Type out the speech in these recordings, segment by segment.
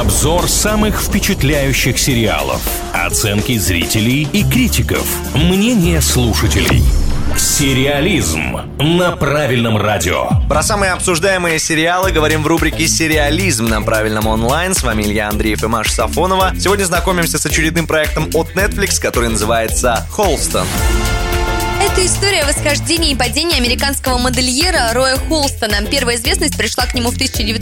Обзор самых впечатляющих сериалов, оценки зрителей и критиков, мнение слушателей. Сериализм на правильном радио. Про самые обсуждаемые сериалы говорим в рубрике «Сериализм» на правильном онлайн. С вами Илья Андреев и Маша Сафонова. Сегодня знакомимся с очередным проектом от Netflix, который называется «Холстон». Это история восхождения и падения американского модельера Роя Холстона. Первая известность пришла к нему в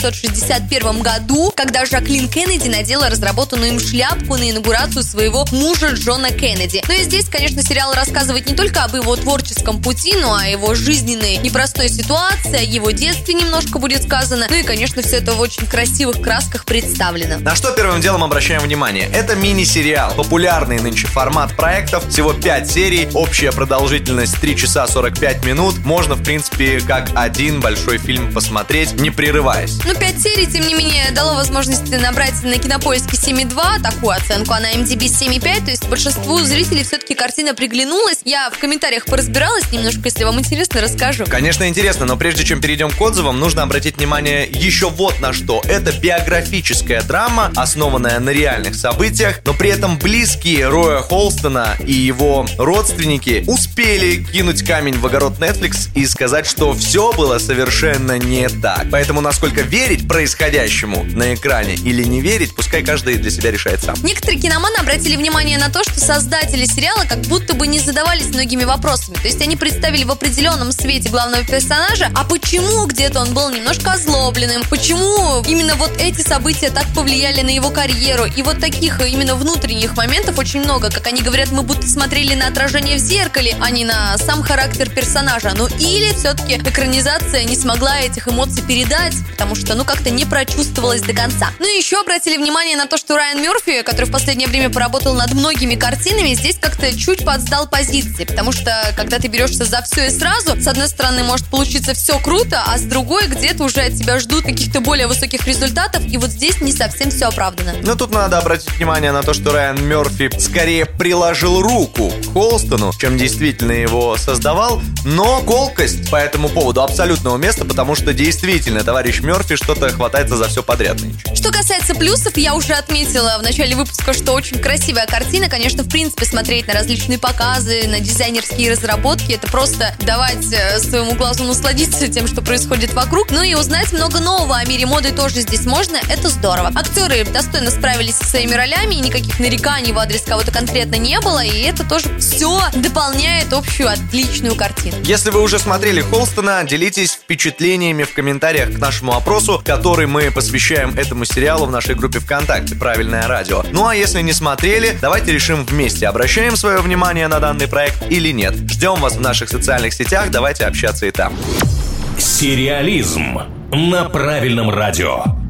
1961 году, когда Жаклин Кеннеди надела разработанную им шляпку на инаугурацию своего мужа Джона Кеннеди. Ну и здесь, конечно, сериал рассказывает не только об его творческом пути, но и о его жизненной непростой ситуации, о его детстве немножко будет сказано. Ну и, конечно, все это в очень красивых красках представлено. На что первым делом обращаем внимание? Это мини-сериал. Популярный нынче формат проектов. Всего 5 серий. Общая продолжительность 3 часа 45 минут. Можно, в принципе, как один большой фильм посмотреть, не прерываясь. 5 серий, тем не менее, дало возможность набрать на Кинопоиске 7,2, такую оценку, а на MDB 7,5, то есть большинству зрителей все-таки картина приглянулась. Я в комментариях поразбиралась немножко, если вам интересно, расскажу. Конечно, интересно, но прежде чем перейдем к отзывам, нужно обратить внимание еще вот на что. Это биографическая драма, основанная на реальных событиях, но при этом близкие Роя Холстона и его родственники успели кинуть камень в огород Netflix и сказать, что все было совершенно не так. Поэтому насколько верить происходящему на экране или не верить, пускай каждый для себя решает сам. Некоторые киноманы обратили внимание на то, что создатели сериала как будто бы не задавались многими вопросами. То есть они представили в определенном свете главного персонажа, а почему где-то он был немножко озлобленным, почему именно вот эти события так повлияли на его карьеру. И вот таких именно внутренних моментов очень много. Как они говорят, мы будто смотрели на отражение в зеркале, а не на сам характер персонажа. Или все-таки экранизация не смогла этих эмоций передать, потому что, как-то не прочувствовалось до конца. И еще обратили внимание на то, что Райан Мерфи, который в последнее время поработал над многими картинами, здесь как-то чуть подсдал позиции, потому что, когда ты берешься за все и сразу, с одной стороны, может получиться все круто, а с другой, где-то уже от тебя ждут каких-то более высоких результатов, и вот здесь не совсем все оправдано. Тут надо обратить внимание на то, что Райан Мерфи скорее приложил руку к Холстону, чем действительно его создавал, но колкость по этому поводу абсолютно уместна, потому что действительно товарищ Мерфи что-то хватается за все подряд нынче. Что касается плюсов, я уже отметила в начале выпуска, что очень красивая картина. Конечно, в принципе, смотреть на различные показы, на дизайнерские разработки, это просто давать своему глазу насладиться тем, что происходит вокруг. И узнать много нового о мире моды тоже здесь можно, это здорово. Актеры достойно справились со своими ролями, и никаких нареканий в адрес кого-то конкретно не было, и это тоже все дополняет общую отличную картину. Если вы уже смотрели Холстона, делитесь впечатлениями в комментариях к нашему опросу, который мы посвящаем этому сериалу в нашей группе ВКонтакте «Правильное радио». А если не смотрели, давайте решим вместе, обращаем свое внимание на данный проект или нет. Ждем вас в наших социальных сетях, давайте общаться и там. Сериализм на правильном радио.